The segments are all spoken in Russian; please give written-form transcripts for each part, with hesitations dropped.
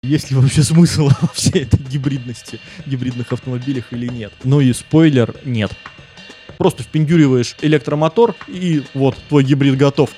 есть ли вообще смысл во всей этой гибридности, гибридных автомобилях или нет. Ну и спойлер, нет. Просто впендюриваешь электромотор, и вот твой гибрид готов.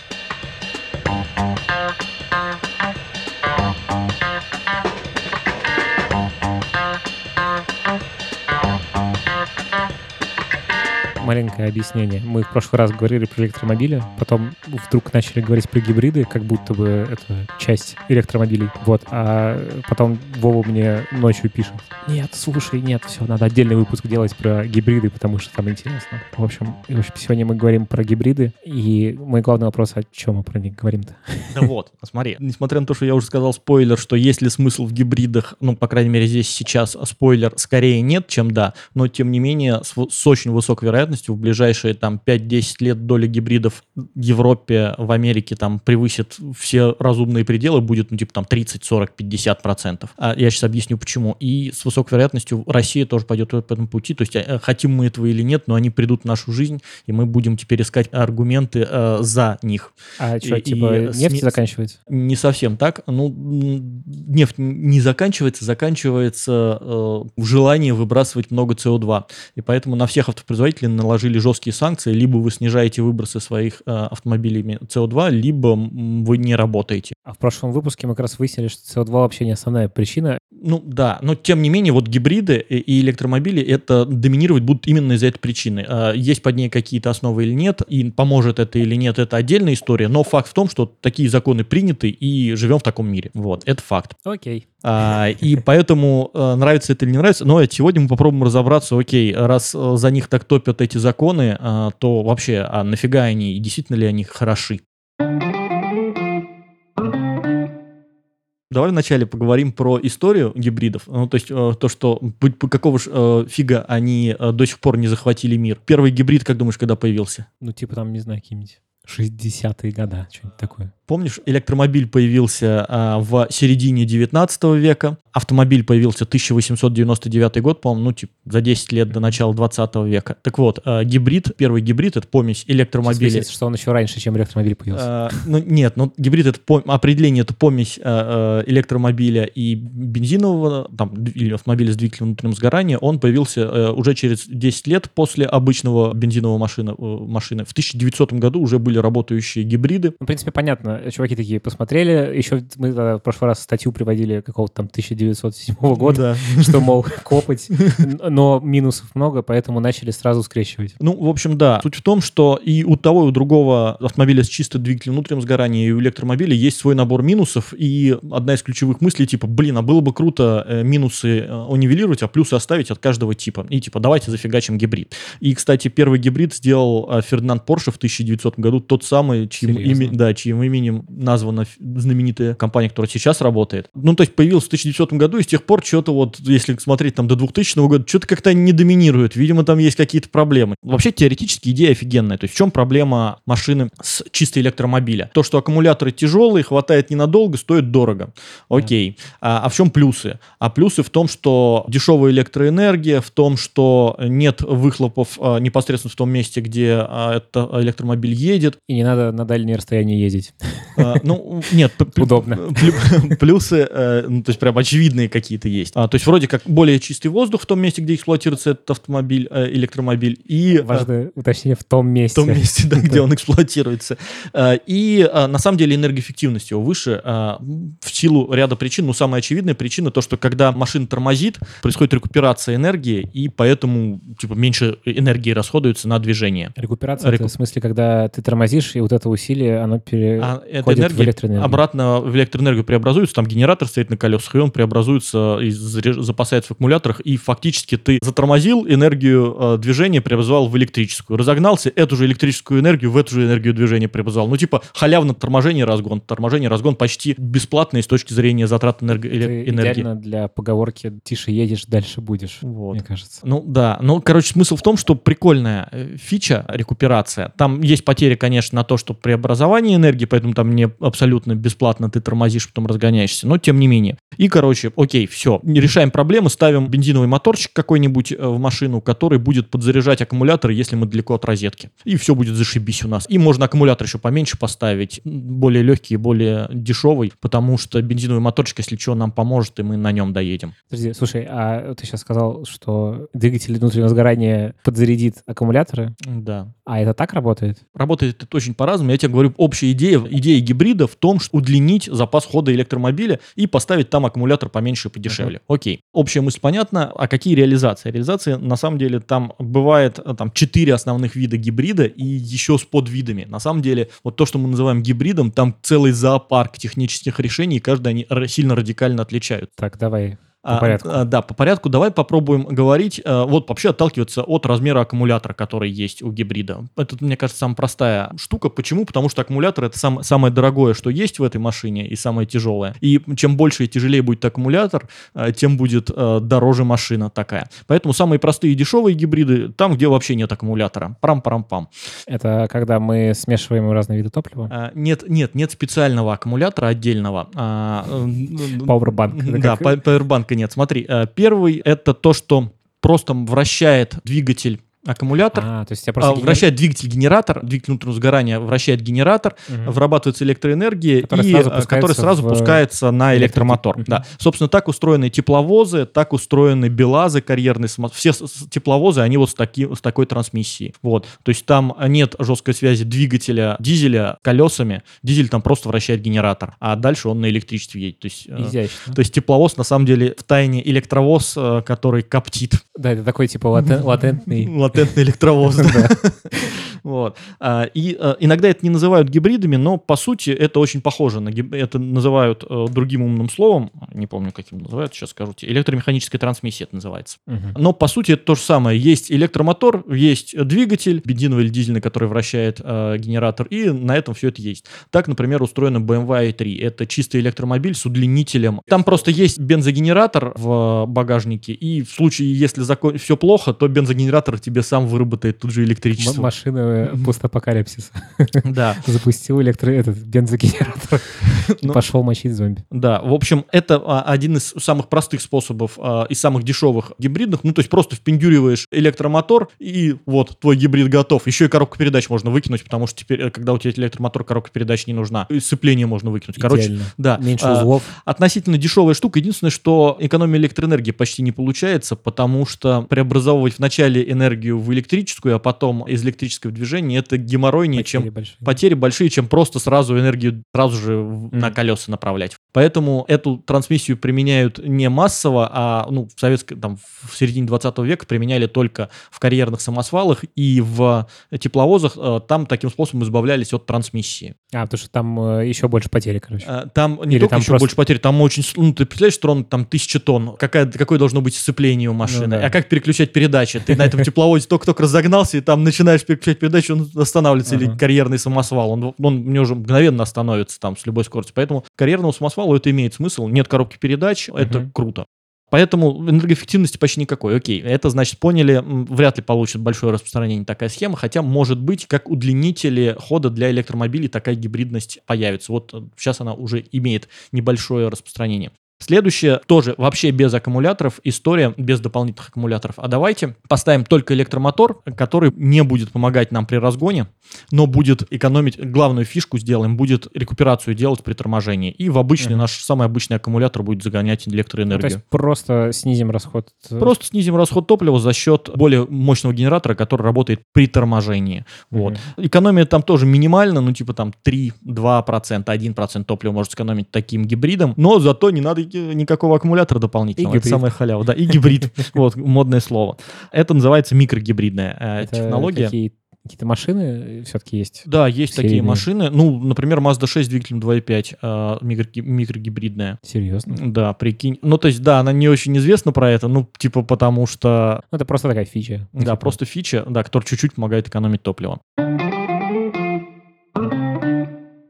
Маленькое объяснение. Мы в прошлый раз говорили про электромобили, потом вдруг начали говорить про гибриды, как будто бы это часть электромобилей. Вот. А потом Вова мне ночью пишет: нет, слушай, нет, все, надо отдельный выпуск делать про гибриды, потому что там интересно. В общем, сегодня мы говорим про гибриды, и мой главный вопрос: о чем мы про них говорим-то? Да вот, смотри. Несмотря на то, что я уже сказал спойлер, что есть ли смысл в гибридах, ну, по крайней мере, здесь сейчас спойлер скорее нет, чем да, но тем не менее с очень высокой вероятностью в ближайшие там 5-10 лет доля гибридов в Европе, в Америке там превысит все разумные пределы, будет, ну, типа там 30, 40, 50%. Я сейчас объясню почему. И с высокой вероятностью Россия тоже пойдет по этому пути, то есть хотим мы этого или нет, но они придут в нашу жизнь, и мы будем теперь искать аргументы за них. А что, типа нефть заканчивается? Не совсем так. Ну, нефть не заканчивается, заканчивается желание выбрасывать много СО2. И поэтому на всех автопроизводителей наложили жесткие санкции. Либо вы снижаете выбросы своих автомобилей СО2, либо вы не работаете. А в прошлом выпуске мы как раз выяснили, что СО2 вообще не основная причина. Ну да, но тем не менее вот гибриды и электромобили это доминировать будут именно из-за этой причины. Есть под ней какие-то основы или нет, и поможет это или нет, это отдельная история, но факт в том, что такие законы приняты и живем в таком мире. Вот, это факт. Окей. И поэтому нравится это или не нравится, но сегодня мы попробуем разобраться, окей, раз за них так топят эти законы, то вообще, а нафига они и действительно ли они хороши? Давай вначале поговорим про историю гибридов. Ну, то есть то, что какого ж фига они до сих пор не захватили мир. Первый гибрид, как думаешь, когда появился? Ну, типа там, не знаю, какие-нибудь 60-е годы, что-нибудь такое. Помнишь, электромобиль появился в середине 19 века, автомобиль появился 1899 год, по-моему, ну, типа, за 10 лет до начала 20 века. Так вот, гибрид, первый гибрид — это помесь электромобиля. Выяснится, что он еще раньше, чем электромобиль появился. Нет, гибрид — это определение, это помесь электромобиля и бензинового, там, или автомобиля с двигателем внутреннего сгорания. Он появился уже через 10 лет после обычного бензинового машины. В 1900 году уже были работающие гибриды. Ну, в принципе, понятно. Чуваки такие посмотрели. Еще мы в прошлый раз статью приводили какого-то там 1907 года, что, мол, копоть, но минусов много, поэтому начали сразу скрещивать. Ну, в общем, да. Суть в том, что и у того, и у другого автомобиля с чисто двигателем внутреннего сгорания, и у электромобиля есть свой набор минусов, и одна из ключевых мыслей, типа, а было бы круто минусы унивелировать, а плюсы оставить от каждого типа. И типа, давайте зафигачим гибрид. И, кстати, первый гибрид сделал Фердинанд Порше в 1900 году, тот самый, чьим именем названа знаменитая компания, которая сейчас работает. Ну, то есть появился в 1900 году, и с тех пор что-то вот, если смотреть там до 2000 года, что-то как-то не доминирует. Видимо, там есть какие-то проблемы. Вообще, теоретически идея офигенная. То есть в чем проблема машины с чисто электромобиля? То, что аккумуляторы тяжелые, хватает ненадолго, стоит дорого. Окей. А в чем плюсы? А плюсы в том, что дешевая электроэнергия, в том, что нет выхлопов непосредственно в том месте, где этот электромобиль едет. И не надо на дальние расстояния ездить. Ну, нет, удобно. Плюсы, то есть прям очевидные какие-то есть. То есть вроде как более чистый воздух в том месте, где эксплуатируется этот автомобиль, электромобиль. И важное уточнение: в том месте. В том месте, да, где он эксплуатируется. И на самом деле энергоэффективность его выше в силу ряда причин. Ну, самая очевидная причина то, что когда машина тормозит, происходит рекуперация энергии, и поэтому типа меньше энергии расходуется на движение. Рекуперация это в смысле, когда ты тормозишь, и вот это усилие, оно переходит в электроэнергию. Обратно в электроэнергию преобразуется, там генератор стоит на колесах, и он преобразуется и запасается в аккумуляторах, и фактически ты затормозил, энергию движения преобразовал в электрическую. Разогнался, эту же электрическую энергию в эту же энергию движения преобразовал. Ну, типа, халявно торможение, разгон. Торможение, разгон почти бесплатные с точки зрения затрат энергии. Идеально для поговорки «тише едешь, дальше будешь», вот. Мне кажется. Ну, да. Ну, короче, смысл в том, что прикольная фича, рекуперация. Там есть потери, конечно, на то, что преобразование энергии, поэтому поэтому там не абсолютно бесплатно ты тормозишь, потом разгоняешься, но тем не менее. И, короче, окей, все, решаем проблему, ставим бензиновый моторчик какой-нибудь в машину, который будет подзаряжать аккумулятор, если мы далеко от розетки. И все будет зашибись у нас. И можно аккумулятор еще поменьше поставить, более легкий, более дешевый, потому что бензиновый моторчик, если что, нам поможет, и мы на нем доедем. Подожди, слушай, а ты сейчас сказал, что двигатель внутреннего сгорания подзарядит аккумуляторы? Да. А это так работает? Работает это очень по-разному. Я тебе говорю, общая идея гибрида в том, что удлинить запас хода электромобиля и поставить там аккумулятор поменьше и подешевле. Окей. Общая мысль понятна. А какие реализации? Реализации, на самом деле, там бывает там 4 основных вида гибрида и еще с подвидами. На самом деле, вот то, что мы называем гибридом, там целый зоопарк технических решений, и каждый они сильно радикально отличают. Так, давай. По порядку. Да, по порядку. Давай попробуем говорить, вот вообще отталкиваться от размера аккумулятора, который есть у гибрида. Это, мне кажется, самая простая штука. Почему? Потому что аккумулятор — это самое дорогое, что есть в этой машине, и самое тяжелое. И чем больше и тяжелее будет аккумулятор, тем будет дороже машина такая. Поэтому самые простые и дешевые гибриды там, где вообще нет аккумулятора. Парам-парам-пам. Это когда мы смешиваем разные виды топлива? Нет специального аккумулятора отдельного. Powerbank. Да, Powerbank нет. Смотри, первый — это то, что просто вращает двигатель аккумулятор, то есть я просто вращает двигатель-генератор, двигатель внутреннего сгорания вращает генератор, вырабатывается электроэнергия, которая сразу пускается на электромотор. Да. Собственно, так устроены тепловозы, так устроены БелАЗы, карьерные все тепловозы, они вот с такой трансмиссией. Вот. То есть там нет жесткой связи двигателя дизеля колесами, дизель там просто вращает генератор, а дальше он на электричестве едет. То есть тепловоз, на самом деле, в тайне электровоз, который коптит. Да, это такой типа латентный электровоз. Вот. И иногда это не называют гибридами, но по сути это очень похоже на это называют другим умным словом, не помню, каким называют, сейчас скажу тебе, электромеханическая трансмиссия это называется. Но по сути это то же самое. Есть электромотор, есть двигатель, бензиновый или дизельный, который вращает генератор, и на этом все это есть. Так, например, устроена BMW i3. Это чистый электромобиль с удлинителем. Там просто есть бензогенератор в багажнике, и в случае, если все плохо, то бензогенератор тебе сам выработает тут же электричество. Машина постапокалипсиса. Да. Запустил бензогенератор и пошел мочить зомби. Да, в общем, это один из самых простых способов и самых дешевых гибридных. Ну, то есть просто впендюриваешь электромотор, и вот твой гибрид готов. Еще и коробку передач можно выкинуть, потому что теперь, когда у тебя электромотор, коробка передач не нужна. И сцепление можно выкинуть. Короче, да. Меньше узлов. Относительно дешевая штука. Единственное, что экономия электроэнергии почти не получается, потому что преобразовывать вначале энергию в электрическую, а потом из электрического движения, это геморройнее, потери большие, чем просто сразу энергию сразу же на колеса направлять. Поэтому эту трансмиссию применяют не массово, а в середине 20 века применяли только в карьерных самосвалах и в тепловозах. Там таким способом избавлялись от трансмиссии. Потому что там еще больше потери, короче. Там не только еще больше потери, там очень... ты представляешь, тронуть там 1000 тонн. Какое должно быть сцепление у машины? А как переключать передачи? Ты на этом тепловозе только-только разогнался, и там начинаешь переключать передачу, он останавливается, или карьерный самосвал. Он мне уже мгновенно остановится там с любой скоростью. Поэтому карьерному самосвалу это имеет смысл. Нет коробки передач, это круто. Поэтому энергоэффективности почти никакой. Окей, это, значит, поняли, вряд ли получит большое распространение такая схема, хотя, может быть, как удлинители хода для электромобилей такая гибридность появится. Вот сейчас она уже имеет небольшое распространение. Следующее, тоже вообще без аккумуляторов, история без дополнительных аккумуляторов. А давайте поставим только электромотор, который не будет помогать нам при разгоне, но будет экономить, главную фишку сделаем, будет рекуперацию делать при торможении. И в обычный, наш самый обычный аккумулятор будет загонять электроэнергию. То есть просто снизим расход? Просто снизим расход топлива за счет более мощного генератора, который работает при торможении. Вот. Экономия там тоже минимальна, 3-2%, 1% топлива может сэкономить таким гибридом, но зато не надо никакого аккумулятора дополнительного. Это самая халява. Да, и гибрид. Вот, модное слово. Это называется микрогибридная технология. Какие-то машины все-таки есть? Да, есть такие машины. Например, Mazda 6 с двигателем 2.5 микрогибридная. Серьезно? Да, прикинь. То есть, да, она не очень известна про это, потому что... это просто такая фича. Да, просто фича, да, которая чуть-чуть помогает экономить топливо.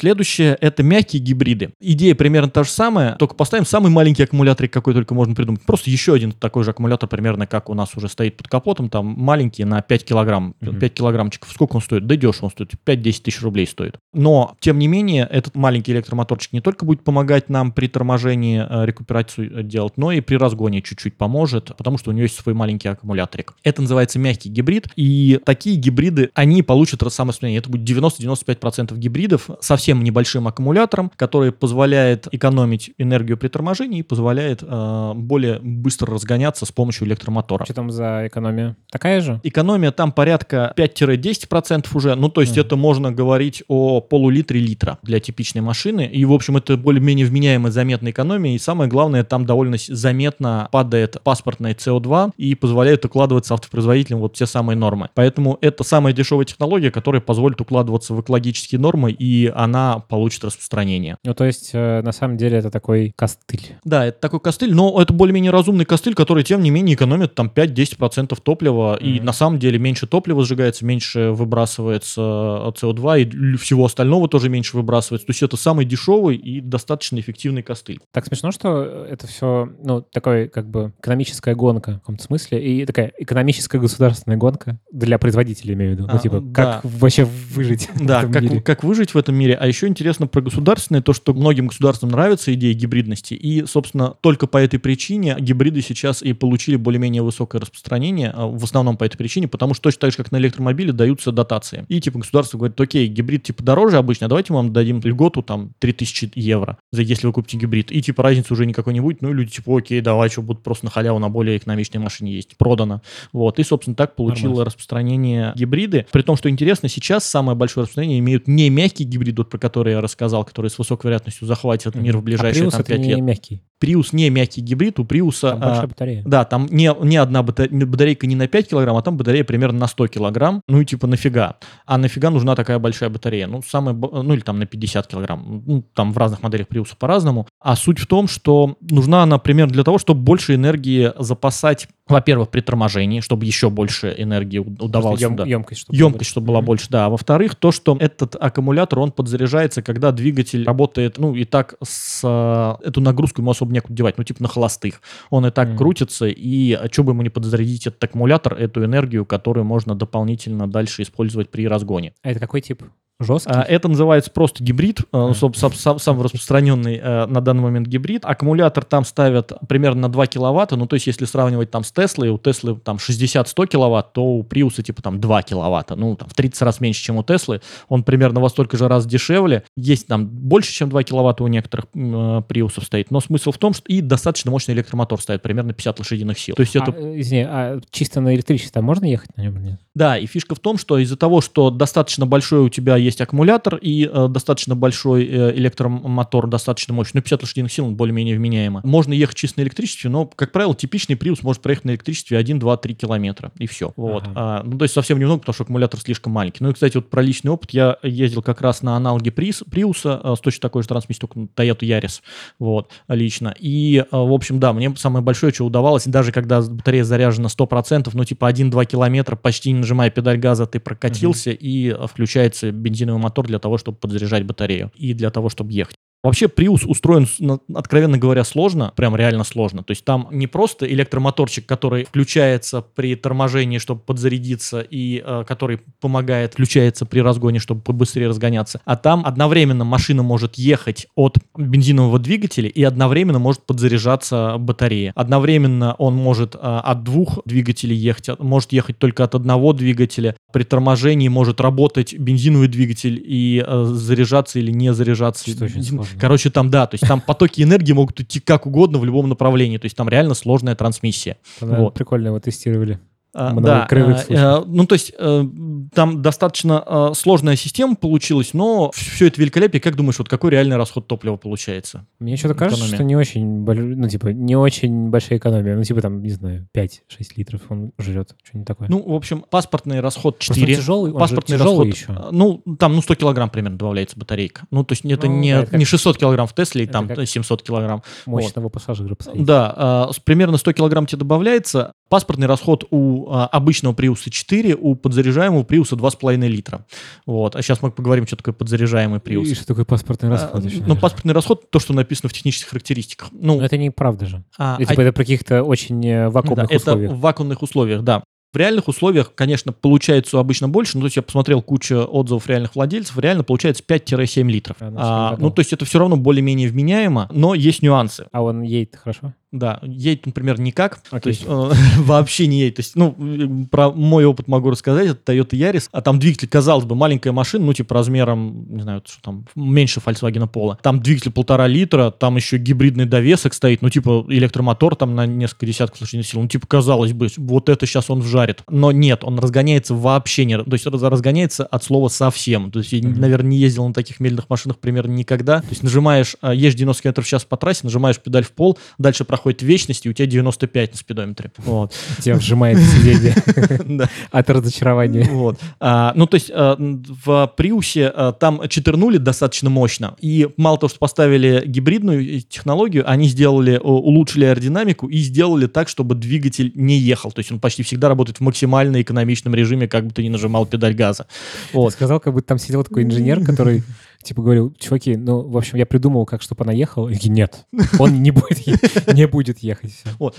Следующее — это мягкие гибриды. Идея примерно та же самая, только поставим самый маленький аккумулятор, какой только можно придумать. Просто еще один такой же аккумулятор, примерно как у нас уже стоит под капотом, там маленький на 5 килограмм. 5 килограммчиков. Сколько он стоит? Да дешево он стоит. 5-10 тысяч рублей стоит. Но, тем не менее, этот маленький электромоторчик не только будет помогать нам при торможении рекуперацию делать, но и при разгоне чуть-чуть поможет, потому что у него есть свой маленький аккумуляторик. Это называется мягкий гибрид, и такие гибриды, они получат то же самое состояние. Это будет 90-95% гибридов с совсем небольшим аккумулятором, который позволяет экономить энергию при торможении и позволяет более быстро разгоняться с помощью электромотора. Что там за экономия? Такая же? Экономия там порядка 5-10% уже, ну то есть это можно говорить о полулитре-литра для типичной машины, и в общем это более-менее вменяемая заметная экономия, и самое главное, там довольно заметно падает паспортное СО2 и позволяет укладываться автопроизводителям вот все самые нормы. Поэтому это самая дешевая технология, которая позволит укладываться в экологические нормы, и она получит распространение. Ну, то есть, на самом деле, это такой костыль. Да, это такой костыль, но это более-менее разумный костыль, который, тем не менее, экономит там 5-10% топлива, и на самом деле меньше топлива сжигается, меньше выбрасывается СО2, и всего остального тоже меньше выбрасывается. То есть это самый дешевый и достаточно эффективный костыль. Так смешно, что это все, ну, такой, как бы, экономическая гонка в каком-то смысле, и такая экономическая государственная гонка для производителей, имею в виду. Ну, типа, как вообще выжить в этом мире. Как выжить в этом мире. А еще интересно про государственное, то, что многим государствам нравится идея гибридности, и, собственно, только по этой причине гибриды сейчас и получили более-менее высокое распространение, в основном по этой причине, потому что точно так же, как на электромобиле, даются дотации. И, типа, государство говорит, окей, гибрид, типа, дороже обычно, давайте мы вам дадим льготу, там, 3000 евро, если вы купите гибрид. И, типа, разницы уже никакой не будет, ну, и люди, типа, окей, давай, что будут просто на халяву на более экономичной машине есть. Продано. Вот. И, собственно, так получило распространение гибриды. При том, что интересно, сейчас самое большое распространение имеют не мягкие гибриды, про которые я рассказал, которые с высокой вероятностью захватят мир в ближайшие там, 5 лет. Мягкий. Prius не мягкий гибрид, у Prius... Там большая батарея. Да, там не одна батарейка не на 5 килограмм, а там батарея примерно на 100 килограмм. Ну и типа нафига? А нафига нужна такая большая батарея? Ну, ну или там на 50 килограмм. Ну, там в разных моделях Prius по-разному. А суть в том, что нужна она примерно для того, чтобы больше энергии запасать, во-первых, при торможении, чтобы еще больше энергии удавалось. Емкость, чтобы была больше, да. А во-вторых, то, что этот аккумулятор, он подзаряжается, когда двигатель работает, ну, и так эту нагрузку ему особо некуда девать, ну, типа на холостых. Он и так крутится, и что бы ему не подзарядить этот аккумулятор, эту энергию, которую можно дополнительно дальше использовать при разгоне. А это какой тип? Жесткий? Это называется просто гибрид, самый распространенный на данный момент гибрид. Аккумулятор там ставят примерно на 2 киловатта, ну то есть если сравнивать там с Теслой, у Теслы там 60-100 киловатт, то у Приуса типа там 2 киловатта, ну там в 30 раз меньше, чем у Теслы. Он примерно во столько же раз дешевле. Есть там больше, чем 2 киловатта у некоторых Приусов стоит, но смысл в том, что и достаточно мощный электромотор ставит, примерно 50 лошадиных сил. То есть это... Извини, чисто на электричестве можно ехать на нем или нет? Да, и фишка в том, что из-за того, что достаточно большой у тебя есть аккумулятор и достаточно большой электромотор, достаточно мощный, ну 50 лошадиных сил, он более-менее вменяемо. Можно ехать чисто на электричестве, но, как правило, типичный Prius может проехать на электричестве 1, 2, 3 километра, и все. Вот. Ну, то есть совсем немного, потому что аккумулятор слишком маленький. Ну и, кстати, вот про личный опыт. Я ездил как раз на аналоге Prius с точно такой же трансмиссией, только на Toyota Yaris, вот, лично. И, в общем, да, мне самое большое, что удавалось, даже когда батарея заряжена 100%, ну, типа 1-2 километра, почти не нажимая педаль газа, ты прокатился, и включается бензиновый мотор для того, чтобы подзаряжать батарею и для того, чтобы ехать. Вообще Prius устроен, откровенно говоря, сложно, прям реально сложно. То есть там не просто электромоторчик, который включается при торможении, чтобы подзарядиться, и который помогает, включается при разгоне, чтобы побыстрее разгоняться, а там одновременно машина может ехать от бензинового двигателя и одновременно может подзаряжаться батарея. Одновременно он может от двух двигателей ехать, может ехать только от одного двигателя. При торможении может работать бензиновый двигатель и заряжаться или не заряжаться. Что очень сложно. Короче, там, да, то есть там потоки энергии могут идти как угодно в любом направлении, то есть там реально сложная трансмиссия. Вот. Прикольно его тестировали. Да, ну то есть там достаточно сложная система получилась, но все это великолепие. Как думаешь, вот какой реальный расход топлива получается? Мне что-то кажется, что не очень, ну типа не очень большая экономия, ну типа там, не знаю, 5-6 литров он жрет, что-нибудь такое. Ну, в общем, паспортный расход 4. Он тяжелый, паспортный тяжелый расход, еще. ну, там 100 килограмм примерно добавляется батарейка. Ну, то есть это не 600 килограмм в Тесле, там 700 килограмм. Мощного пассажира посадить. Да, примерно 100 килограмм тебе добавляется. Паспортный расход у у обычного Prius 4, у подзаряжаемого Prius 2,5 литра. Вот. А сейчас мы поговорим, что такое подзаряжаемый Prius. И что такое паспортный расход? Паспортный расход — то, что написано в технических характеристиках. Но это неправда же. Это при каких-то очень вакуумных условиях. Это в вакуумных условиях, да. В реальных условиях, конечно, получается обычно больше. То есть я посмотрел кучу отзывов реальных владельцев, реально получается 5-7 литров. То есть это все равно более-менее вменяемо, но есть нюансы. А он едет хорошо? Да, едет, например, никак, то есть вообще не едет. То есть, про мой опыт могу рассказать, это Toyota Yaris, а там двигатель, казалось бы, маленькая машина, размером, не знаю, что там, меньше Volkswagen Polo. Там двигатель 1,5 литра, там еще гибридный довесок стоит, электромотор там на несколько десятков лошадиных сил. Казалось бы, вот это сейчас он вжарит. Но нет, он разгоняется вообще не, то есть разгоняется от слова совсем. То есть я, наверное, не ездил на таких медленных машинах примерно никогда. То есть нажимаешь, едешь 90 км в час по трассе, нажимаешь педаль в пол, дальше проходит вечность, и у тебя 95 на спидометре. Вот. Тебя вжимает в сиденье от разочарования. То есть в Приусе там читернули достаточно мощно, и мало того, что поставили гибридную технологию, они улучшили аэродинамику и сделали так, чтобы двигатель не ехал. То есть он почти всегда работает в максимально экономичном режиме, как бы ты ни нажимал педаль газа. Ты сказал, как будто там сидел такой инженер, который говорил: чуваки, в общем, я придумал, чтобы она ехала. И нет, он не будет ехать.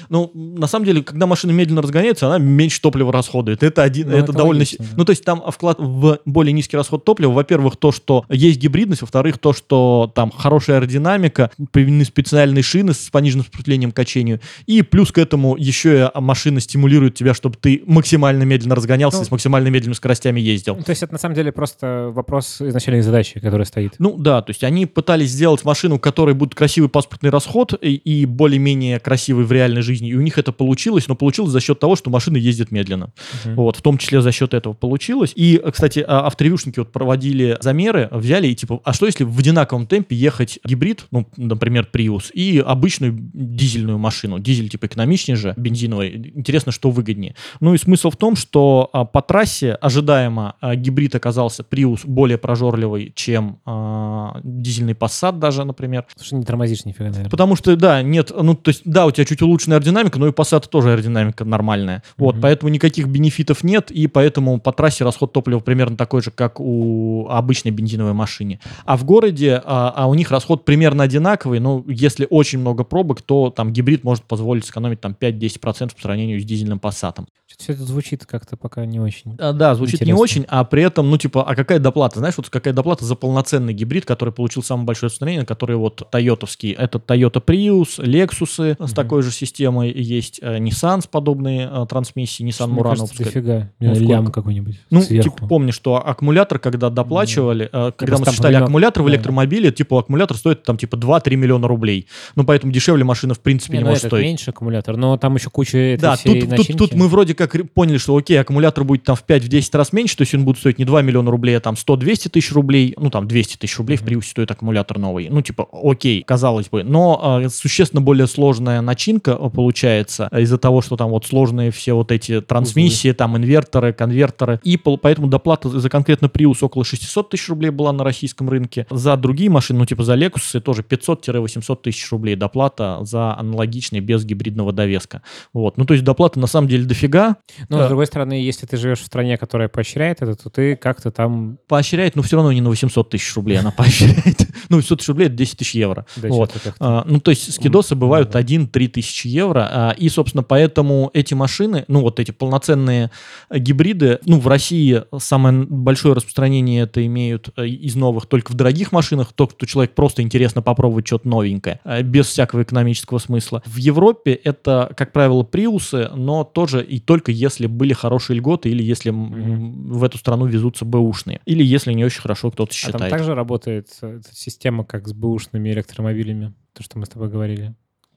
На самом деле, когда машина медленно разгоняется, она меньше топлива расходует. Это довольно... Логично, да. То есть там вклад в более низкий расход топлива, во-первых, то, что есть гибридность, во-вторых, то, что там хорошая аэродинамика, применены специальные шины с пониженным сопротивлением к качению, и плюс к этому еще и машина стимулирует тебя, чтобы ты максимально медленно разгонялся и с максимально медленными скоростями ездил. То есть это на самом деле просто вопрос изначальной задачи, которая стоит. То есть они пытались сделать машину, у которой будет красивый паспортный расход и более-менее красивый в реальной жизни, и у них это получилось, но получилось за счет того, что машина ездит медленно. В том числе за счет этого получилось. И, кстати, авторевьюшники проводили замеры, взяли и а что если в одинаковом темпе ехать гибрид, например, Prius, и обычную дизельную машину? Дизель экономичнее же, бензиновый. Интересно, что выгоднее. И смысл в том, что по трассе ожидаемо гибрид оказался Prius более прожорливый, чем дизельный Passat даже, например. Потому что не тормозишь нифига, наверное. Потому что, у тебя чуть улучшенная аэродинамика, но и Passat тоже аэродинамика нормальная. Поэтому никаких бенефитов нет, и поэтому по трассе расход топлива примерно такой же, как у обычной бензиновой машины. А в городе, у них расход примерно одинаковый, но если очень много пробок, то там гибрид может позволить сэкономить 5-10% по сравнению с дизельным Passat. Все это звучит как-то пока не очень. Да, звучит интересно. Не очень, а при этом, а какая доплата? Знаешь, какая доплата за полноценный гибрид, который получил самое большое распространение, который тойотовский. Это Toyota Prius, Lexus с такой же системой есть, Nissan с подобной трансмиссией, Nissan Murano. Дофига, лям какой-нибудь помни, что аккумулятор, когда доплачивали, когда мы считали аккумулятор в электромобиле, аккумулятор стоит 2-3 миллиона рублей. Поэтому дешевле машина в принципе не может стоить. Меньше аккумулятор, но там еще куча тут мы вроде как поняли, что аккумулятор будет в 5-10 раз меньше, то есть он будет стоить не 2 миллиона рублей, а 100-200 тысяч рублей, 200 тысяч рублей в Prius стоит аккумулятор новый. Окей, казалось бы. Но существенно более сложная начинка получается из-за того, что там сложные все эти трансмиссии, там инверторы, конвертеры. И поэтому доплата за конкретно Prius около 600 тысяч рублей была на российском рынке. За другие машины, за Lexus, тоже 500-800 тысяч рублей доплата за аналогичный без гибридного довеска. То есть доплата на самом деле дофига. Но, с другой стороны, если ты живешь в стране, которая поощряет это, то ты как-то там... Поощряет, но все равно не на 800 тысяч рублей она поощряет. 800 тысяч рублей — это 10 тысяч евро. То есть скидосы бывают 1-3 тысячи евро. И, собственно, поэтому эти машины, эти полноценные гибриды, в России самое большое распространение это имеют из новых только в дорогих машинах, только что человек просто интересно попробовать что-то новенькое, без всякого экономического смысла. В Европе это, как правило, приусы, но тоже и только если были хорошие льготы, или если в эту страну везутся бэушные, или если не очень хорошо кто-то считает. А там также работает система, как с бэушными электромобилями, то, что мы с тобой говорили?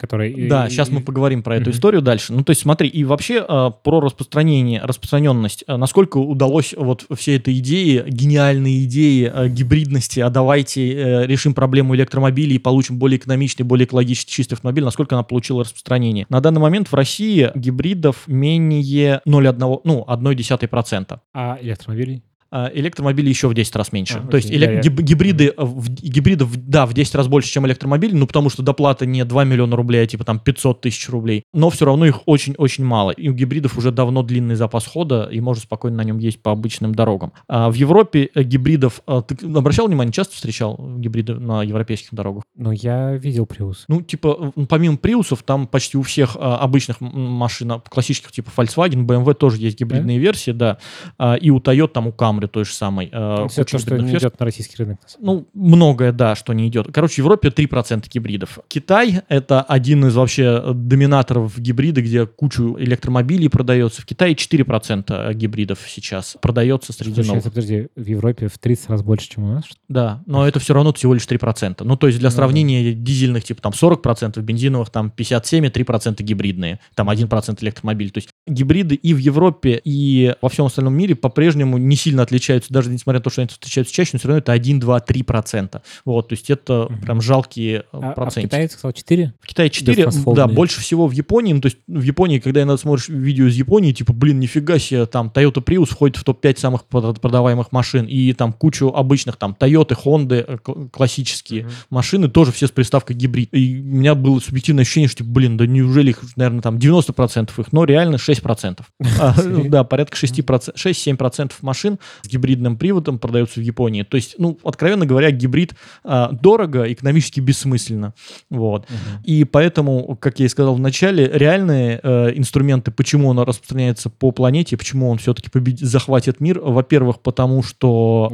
Да, сейчас мы поговорим про эту историю дальше. То есть смотри, и вообще про распространенность, насколько удалось все этой идеи, гениальные идеи гибридности, давайте решим проблему электромобилей и получим более экономичный, более экологически чистый автомобиль, насколько она получила распространение. На данный момент в России гибридов менее 0,1%. А электромобилей? Электромобили еще в 10 раз меньше. То есть окей, гибридов, да, в 10 раз больше, чем электромобили, ну, потому что доплата не 2 миллиона рублей, а типа там 500 тысяч рублей. Но все равно их очень-очень мало. И у гибридов уже давно длинный запас хода, и можно спокойно на нем ездить по обычным дорогам. В Европе гибридов... Ты обращал внимание, часто встречал гибриды на европейских дорогах? Ну, я видел Prius. Ну, типа, помимо приусов, там почти у всех обычных машин, классических, типа Volkswagen, BMW, тоже есть гибридные версии, да. И у Toyota, там у Camry той же самой. Все то, что не идет на российский рынок. Ну, многое, да, что не идет. Короче, в Европе 3% гибридов. Китай — это один из вообще доминаторов гибрида, где кучу электромобилей продается. В Китае 4% гибридов сейчас продается среди новых. Подожди, в Европе в 30 раз больше, чем у нас? Да, но это все равно всего лишь 3%. Ну, то есть для сравнения дизельных типа там 40%, бензиновых там 57%, 3% гибридные, там 1% электромобиль. То есть гибриды и в Европе, и во всем остальном мире по-прежнему не сильно отличаются, даже несмотря на то, что они встречаются чаще, но все равно это 1, 2, 3%. Вот, то есть это прям жалкие проценты. А в Китае, ты сказал, 4? В Китае 4, да, больше всего в Японии. Ну, то есть в Японии, когда я смотришь видео из Японии, типа, блин, нифига себе, там Toyota Prius входит в топ-5 самых продаваемых машин, и там кучу обычных, там, Toyota, Honda, классические машины, тоже все с приставкой гибрид. И у меня было субъективное ощущение, что, типа, блин, да неужели их, наверное, там 90% их, но реально 6%. Да, порядка 6-7% машин с гибридным приводом продаются в Японии. То есть, ну, откровенно говоря, гибрид дорого, экономически бессмысленно. Вот. И поэтому, как я и сказал в начале, реальные инструменты, почему он распространяется по планете, почему он все-таки захватит мир, во-первых, потому что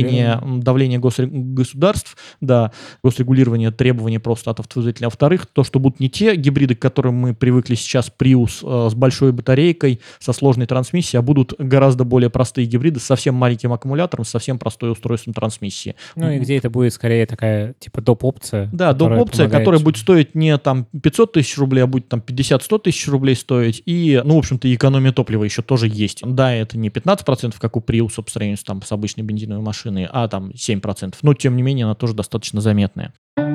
давление государств, да, госрегулирование, требования просто от автовозителя. А во-вторых, то, что будут не те гибриды, к которым мы привыкли сейчас, Prius с большой батарейкой, со сложной трансмиссией, а будут гораздо более простые гибриды с совсем маленьким аккумулятором, с совсем простой устройством трансмиссии. Ну и где это будет скорее такая, типа, доп-опция. Да, доп-опция, которая будет стоить не там 500 тысяч рублей, а будет там 50-100 тысяч рублей стоить. И, ну, в общем-то, и экономия топлива еще тоже есть. Да, это не 15%, как у Prius по сравнению с обычной бензиновой машиной, а там 7%. Но, тем не менее, она тоже достаточно заметная.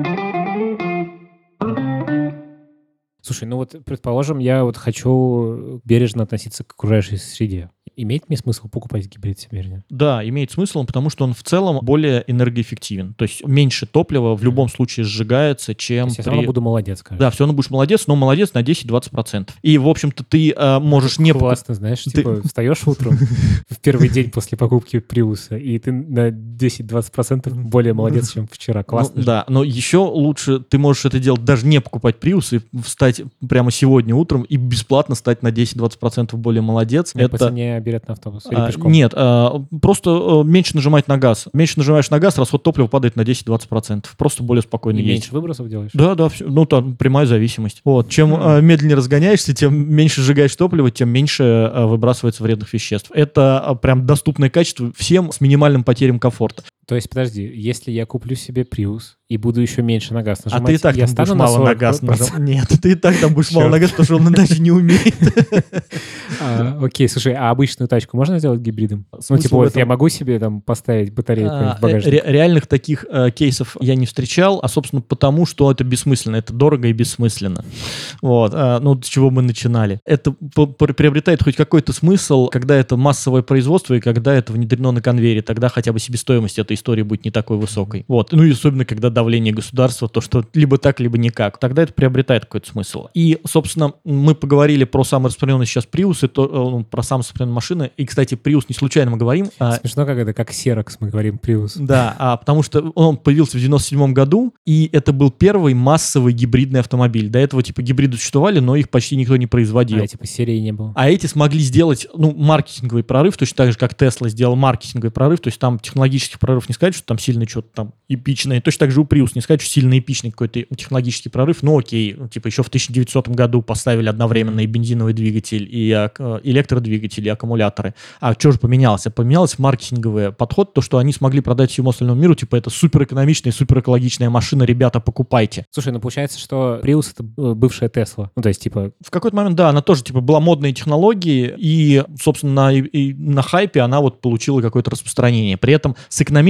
Слушай, ну вот, предположим, я вот хочу бережно относиться к окружающей среде. Имеет мне смысл покупать гибрид себе? Да, имеет смысл, потому что он в целом более энергоэффективен. То есть меньше топлива в любом случае сжигается, чем... То есть я все равно буду молодец, кажется. Да, все равно будешь молодец, но молодец на 10-20%. И, в общем-то, ты можешь не... Классно, знаешь, типа встаешь утром в первый день после покупки Приуса, и ты на 10-20% более молодец, чем вчера. Классно. Да, но еще лучше ты можешь это делать, даже не покупать Приус, и встать прямо сегодня утром и бесплатно стать на 10-20% более молодец. По цене билет на автобус или пешком? Нет, просто меньше нажимать на газ. Меньше нажимаешь на газ, расход топлива падает на 10-20%. Просто более спокойно ездить. Меньше выбросов делаешь? Да, все, ну там прямая зависимость. Вот. Чем медленнее разгоняешься, тем меньше сжигаешь топливо, тем меньше выбрасывается вредных веществ. Это прям доступное качество всем с минимальным потерям комфорта. То есть, подожди, если я куплю себе Prius и буду еще меньше на газ нажимать, а ты и так я там будешь стану мало на газ нажимать. Нет, ты и так там будешь мало на газ, потому что он даже не умеет. Окей, слушай, а обычную тачку можно сделать гибридом? Ну, типа, вот я могу себе там поставить батарейку в багажник? Реальных таких кейсов я не встречал, а, собственно, потому что это бессмысленно, это дорого и бессмысленно. Вот, ну, с чего мы начинали. Это приобретает хоть какой-то смысл, когда это массовое производство и когда это внедрено на конвейере, тогда хотя бы себестоимость этой истории будет не такой высокой. Вот. Ну и особенно, когда давление государства, то, что либо так, либо никак. Тогда это приобретает какой-то смысл. И, собственно, мы поговорили про самые распространенные сейчас Prius, про самые распространенные машины. И, кстати, Prius не случайно мы говорим. Смешно, как это, как Xerox мы говорим Prius. Да, потому что он появился в 97 году, и это был первый массовый гибридный автомобиль. До этого, типа, гибриды существовали, но их почти никто не производил. Типа, серии не было. А эти смогли сделать, ну, маркетинговый прорыв, точно так же, как Tesla сделал маркетинговый прорыв, то есть там технологических прорывов не сказать, что там сильно что-то там эпичное. Точно так же у Prius не сказать, что сильно эпичный какой-то технологический прорыв. Ну, окей, типа еще в 1900 году поставили одновременно и бензиновый двигатель, и электродвигатель, и аккумуляторы. А что же поменялось? Поменялся маркетинговый подход, то, что они смогли продать всему остальному миру, типа, это суперэкономичная, суперэкологичная машина, ребята, покупайте. Слушай, ну получается, что Prius — это бывшая Tesla. Ну, то есть, типа... В какой-то момент, да, она тоже, типа, была модной технологией, и, собственно, на хайпе она вот получила какое-то распространение. При этом с экономической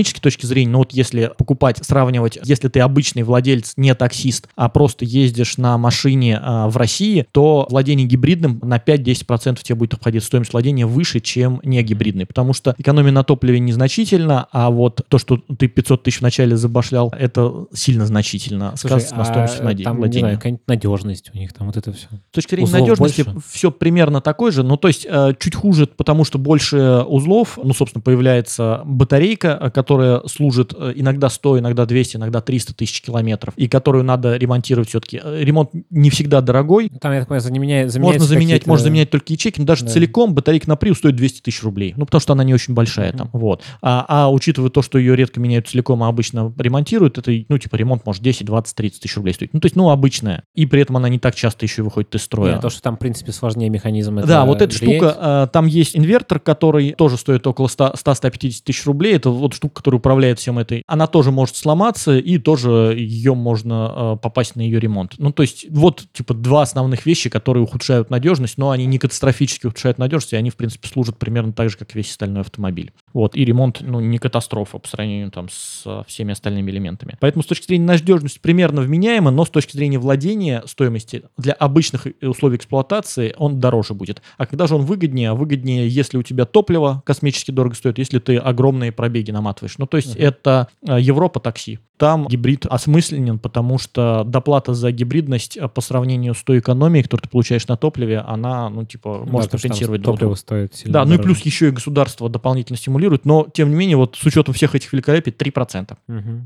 экономической точки зрения, но вот если покупать, сравнивать, если ты обычный владелец, не таксист, а просто ездишь на машине в России, то владение гибридным на 5-10% тебе будет обходиться стоимость владения выше, чем не гибридный, потому что экономия на топливе незначительна, а вот то, что ты 500 тысяч вначале забашлял, это сильно значительно сказывается на стоимости там, владения. Не знаю, какая-нибудь надежность у них, там вот это все. С точки зрения Узлов надежности больше? все примерно такое же, ну то есть чуть хуже, потому что больше узлов, ну собственно появляется батарейка, которая служит иногда 100, иногда 200, иногда 300 тысяч километров, и которую надо ремонтировать все-таки. Ремонт не всегда дорогой. Там, я так понимаю, Можно заменять только ячейки, но даже целиком батарейка на Prius стоит 200 тысяч рублей, ну потому что она не очень большая там, вот. А учитывая то, что ее редко меняют целиком, а обычно ремонтируют, это, ну типа ремонт может 10, 20, 30 тысяч рублей стоить. Ну то есть, ну обычная. И при этом она не так часто еще выходит из строя. Нет, то, что там, в принципе, сложнее механизм. Да, вот эта штука, там есть инвертор, который тоже стоит около 100-150 тысяч рублей. Это вот штука, которая управляет всем этой. Она тоже может сломаться, и тоже ее можно попасть на ее ремонт. Ну, то есть, вот, типа, два основных вещи, которые ухудшают надежность, но они не катастрофически ухудшают надежность, и они, в принципе, служат примерно так же, как весь остальной автомобиль. Вот, и ремонт, ну, не катастрофа по сравнению там с всеми остальными элементами. Поэтому с точки зрения надежности примерно вменяемо, но с точки зрения владения стоимости для обычных условий эксплуатации он дороже будет. А когда же он выгоднее? Выгоднее, если у тебя топливо космически дорого стоит, если ты огромные пробеги наматываешь. Ну, то есть это Европа такси. Там гибрид осмысленен, потому что доплата за гибридность по сравнению с той экономией, которую ты получаешь на топливе, она, ну, типа, может компенсировать друг друга. Топливо стоит сильно Да, ну дороже. и плюс еще и государство дополнительно стимулирует, но, тем не менее, вот с учетом всех этих великолепий, 3%.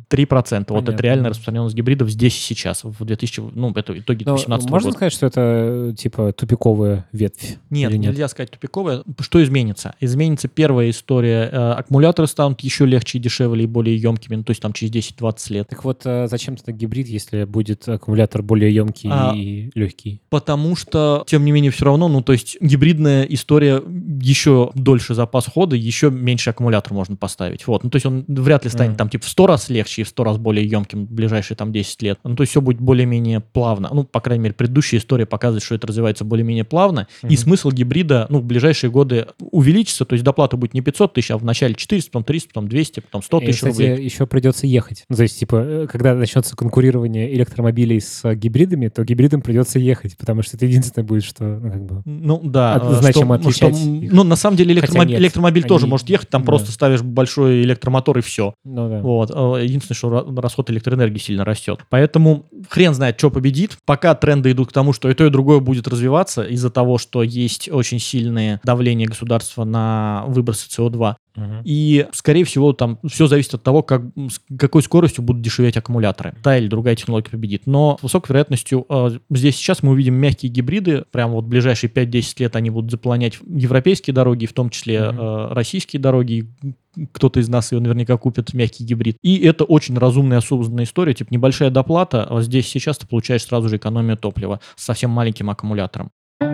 3%. Вот это реальная распространенность гибридов здесь и сейчас, в 2000, ну, это итоги 2017 года. Можно сказать, что это, типа, тупиковая ветвь? Нет, нельзя сказать тупиковая. Что изменится? Изменится первая история. Аккумуляторы станут еще легче и дешевле и более емкими, ну, то есть там через 10-20 лет. Так вот, зачем тогда гибрид, если будет аккумулятор более емкий и легкий? Потому что, тем не менее, все равно, ну, то есть гибридная история еще дольше запас хода, еще меньше аккумулятор можно поставить. Вот, ну, то есть он вряд ли станет там, типа, в 100 раз легче и в 100 раз более емким в ближайшие там 10 лет. Ну, то есть все будет более-менее плавно. Ну, по крайней мере, предыдущая история показывает, что это развивается более-менее плавно, и смысл гибрида, ну, в ближайшие годы увеличится, то есть доплата будет не 500 тысяч, а в начале 400, потом 300, потом 200, потом 100 тысяч рублей. Кстати, еще придется ехать. Ну, то есть, типа, когда начнется конкурирование электромобилей с гибридами, то гибридам придется ехать, потому что это единственное будет, что, ну, как бы... Ну, да. Значимо отличать их. Ну, на самом деле, электромобиль тоже они- может ехать, там да. просто ставишь большой электромотор и все. Ну, да. Вот. Единственное, что расход электроэнергии сильно растет. Поэтому хрен знает, что победит. Пока тренды идут к тому, что и то, и другое будет развиваться из-за того, что есть очень сильное давление государства на выбросы СО2. И, скорее всего, там все зависит от того, с какой скоростью будут дешеветь аккумуляторы. Та или другая технология победит. Но с высокой вероятностью здесь сейчас мы увидим мягкие гибриды. Прямо вот в ближайшие 5-10 лет они будут заполонять европейские дороги, в том числе российские дороги. Кто-то из нас ее наверняка купит, мягкий гибрид. И это очень разумная, осознанная история. Типа небольшая доплата, а здесь сейчас ты получаешь сразу же экономию топлива с совсем маленьким аккумулятором.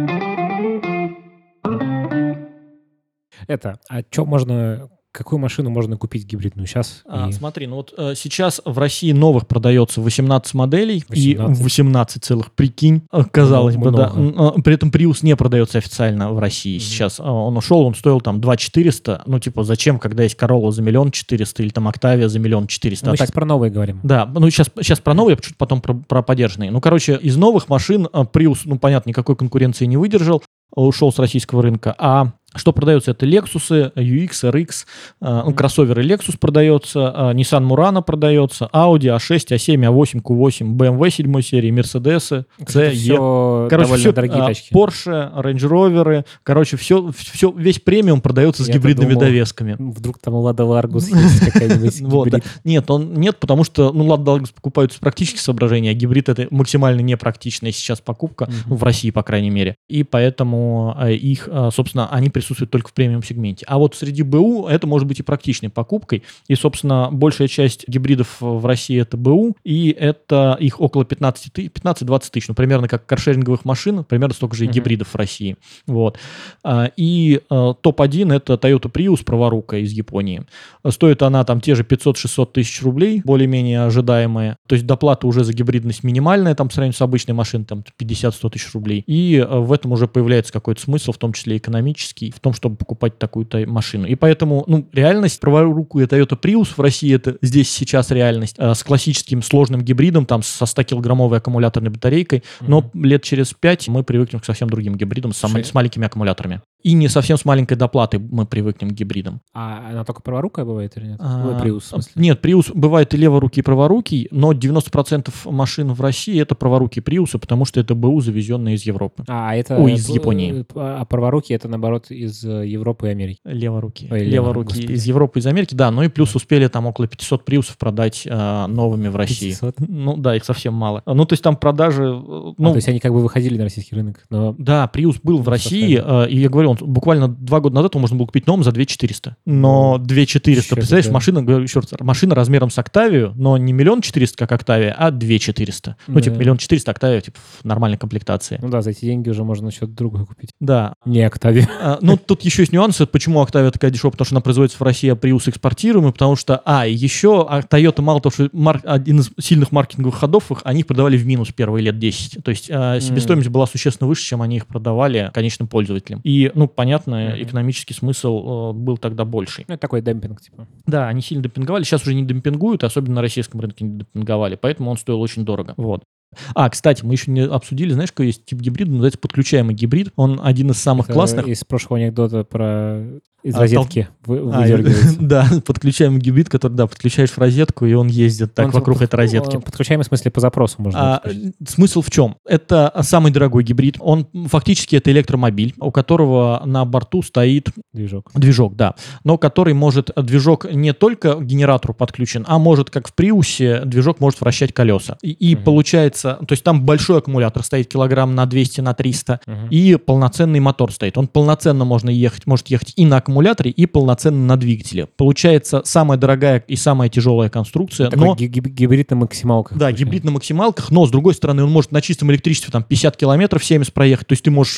Какую машину можно купить гибридную сейчас? Смотри, ну вот сейчас в России новых продается 18 моделей 18. и 18 целых, прикинь, казалось бы, да. При этом Prius не продается официально в России сейчас. Он ушел, он стоил там 2 400. Ну типа зачем, когда есть Corolla за 1 400 000 или там Octavia за 1 400 000. Мы сейчас про новые говорим. Да, ну сейчас про новые, чуть потом про подержанные. Ну короче, из новых машин Prius, ну понятно, никакой конкуренции не выдержал, ушел с российского рынка. А что продается? Это Lexus, UX, RX, кроссоверы Lexus продается, Nissan Murano продается, Audi A6, A7, A8, Q8, BMW 7 серии, Mercedes, C, E. Короче, все дорогие тачки. Porsche, Range Rover, короче, весь премиум продается с гибридными довесками. Вдруг там Lada Largus есть какая-нибудь гибрид. Нет, потому что Lada Largus покупаются с практических соображений, а гибрид — это максимально непрактичная сейчас покупка, в России, по крайней мере. И поэтому их, собственно, они присутствуют только в премиум-сегменте. А вот среди БУ это может быть и практичной покупкой. И, собственно, большая часть гибридов в России — это БУ, и это их около 15-20 тысяч. Ну, примерно как каршеринговых машин, примерно столько же и гибридов в России. Вот. И топ-1 — это Toyota Prius праворукая из Японии. Стоит она там те же 500-600 тысяч рублей, более-менее ожидаемая. То есть доплата уже за гибридность минимальная, там, по сравнению с обычной машиной, там, 50-100 тысяч рублей. И в этом уже появляется какой-то смысл, в том числе экономический. в том, чтобы покупать такую-то машину. И поэтому, реальность праворукая Toyota Prius в России это здесь сейчас реальность с классическим сложным гибридом, там со 100-килограммовой аккумуляторной батарейкой, но лет через 5 мы привыкнем к совсем другим гибридам с маленькими аккумуляторами. И не совсем с маленькой доплатой мы привыкнем к гибридам. А она только праворукая бывает или нет? Prius, в смысле? Нет, Prius бывает и леворукий, и праворукий, но 90% машин в России это праворукие Prius, потому что это БУ, завезенные из Европы. Из Японии. А праворукие это, наоборот, из Европы и Америки? Леворукие. Леворукие из Европы и из Америки, да. Ну и плюс успели там около 500 Приусов продать новыми в России. 500? Ну да, их совсем мало. То есть там продажи... то есть они как бы выходили на российский рынок, но... Да, Prius был в России, и я говорю, буквально 2 года назад его можно было купить новым за 2400. Но 2400, представляешь, машина, говорю еще раз, машина размером с Octavia, но не 1 400 000, как Octavia, а 2400. 1 400 000 Octavia, в нормальной комплектации. За эти деньги уже можно что-то другое купить. Да. Не Octavia. Тут еще есть нюансы, почему Octavia такая дешевая, потому что она производится в России, а Prius экспортируемый, потому что, еще Toyota, мало того, что один из сильных маркетинговых ходов их, они их продавали в минус первые лет 10. То есть себестоимость была существенно выше, чем они их продавали конечным пользователям. И, понятно, экономический смысл был тогда больший. Это такой демпинг, типа. Да, они сильно демпинговали, сейчас уже не демпингуют, особенно на российском рынке не демпинговали, поэтому он стоил очень дорого. Вот. Кстати, мы еще не обсудили, знаешь, какой есть тип гибрида, называется подключаемый гибрид. Он один из самых классных. Из прошлого анекдота про из розетки выдергивается. Да, подключаемый гибрид, который, подключаешь в розетку, и он ездит так вокруг этой розетки. Подключаемый в смысле по запросу можно подключить. Смысл в чем? Это самый дорогой гибрид. Он фактически это электромобиль, у которого на борту стоит движок, да. Но который движок не только к генератору подключен, а может, как в Приусе, движок может вращать колеса. И получается, то есть там большой аккумулятор стоит килограмм на 200, на 300, и полноценный мотор стоит. Он полноценно может ехать и на аккумуляторе, и полноценно на двигателе. Получается самая дорогая и самая тяжелая конструкция. Такой гибрид на максималках. Да, гибрид на максималках, но с другой стороны он может на чистом электричестве 50 километров 70 проехать. То есть ты можешь,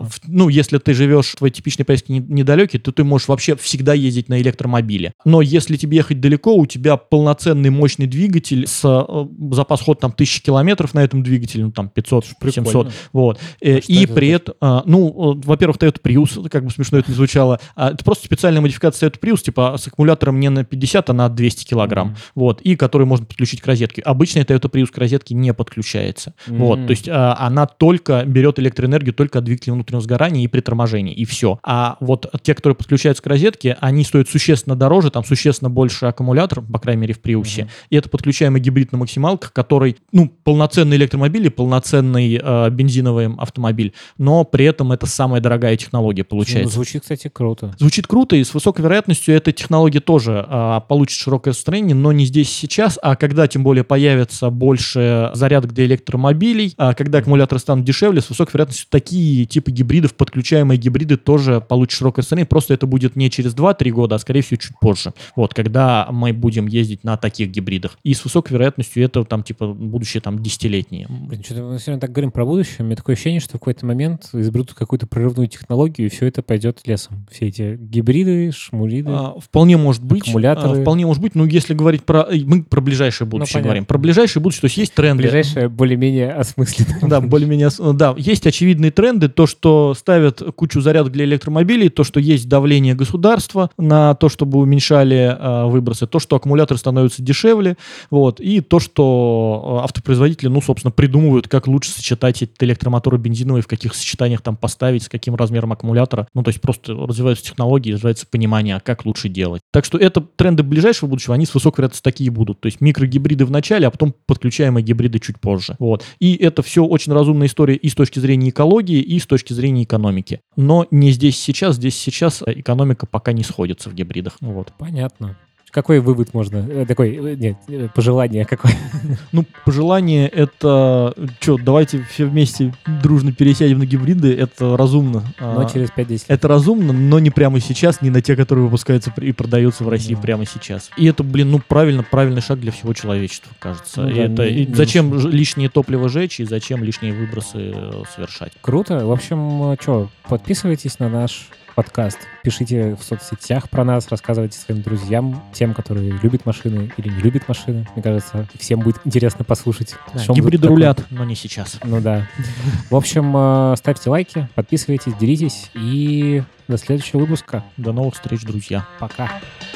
если ты живешь, твои типичные поездки недалекие, то ты можешь вообще всегда ездить на электромобиле. Но если тебе ехать далеко, у тебя полноценный мощный двигатель с запас ход 1000 километров на этом двигателе, 500-700. Вот. И при этом, во-первых, Toyota Prius, как бы смешно это не звучало, это просто специальная модификация Toyota Prius, с аккумулятором не на 50, а на 200 килограмм. Вот. И который можно подключить к розетке. Обычная Toyota Prius к розетке не подключается. Вот. То есть она только берет электроэнергию только от двигателя внутреннего сгорания и при торможении, и все. А вот те, которые подключаются к розетке, они стоят существенно дороже, там существенно больше аккумулятор, по крайней мере, в Приусе. И это подключаемый гибрид на максималках, который, полноценный электромобиль и полноценный бензиновый автомобиль, но при этом это самая дорогая технология получается. Звучит, кстати, круто. Звучит круто, и с высокой вероятностью эта технология тоже получит широкое распространение, но не здесь сейчас, а когда тем более появится больше зарядок для электромобилей, когда аккумуляторы станут дешевле, с высокой вероятностью такие типы гибридов, подключаемые гибриды тоже получат широкое распространение, просто это будет не через 2-3 года, а скорее всего чуть позже, вот, когда мы будем ездить на таких гибридах. И с высокой вероятностью это будущее десятилетние. Что-то мы сегодня так говорим про будущее, у меня такое ощущение, что в какой-то момент изберут какую-то прорывную технологию, и все это пойдет лесом. Все эти гибриды, шмуриды, вполне может быть. Аккумуляторы. Вполне может быть, но если говорить мы про ближайшее будущее говорим. Про ближайшее будущее, то есть есть тренды. Ближайшее более-менее осмысленно. Да, более-менее, да. Есть очевидные тренды, то, что ставят кучу зарядок для электромобилей, то, что есть давление государства на то, чтобы уменьшали выбросы, то, что аккумуляторы становятся дешевле, вот, и то, что автопроизводители, собственно, придумывают, как лучше сочетать эти электромоторы бензиновые, в каких сочетаниях там поставить, с каким размером аккумулятора. То есть просто развиваются технологии, развивается понимание, как лучше делать. Так что это тренды ближайшего будущего, они с высокой вероятностью такие будут. То есть микрогибриды в начале, а потом подключаемые гибриды чуть позже. Вот. И это все очень разумная история и с точки зрения экологии, и с точки зрения экономики. Но не здесь сейчас. Здесь сейчас экономика пока не сходится в гибридах. Вот. Понятно. Какой вывод можно? Пожелание какое? Пожелание это... давайте все вместе дружно пересядем на гибриды. Это разумно. Но через 5-10. Это разумно, но не прямо сейчас, не на те, которые выпускаются и продаются в России прямо сейчас. И это, правильный шаг для всего человечества, кажется. Зачем лишнее топливо жечь и зачем лишние выбросы совершать? Круто. В общем, подписывайтесь на наш подкаст. Пишите в соцсетях про нас, рассказывайте своим друзьям, тем, которые любят машины или не любят машины. Мне кажется, всем будет интересно послушать. Да, гибриды рулят, но не сейчас. Ну да. В общем, ставьте лайки, подписывайтесь, делитесь и до следующего выпуска. До новых встреч, друзья. Пока.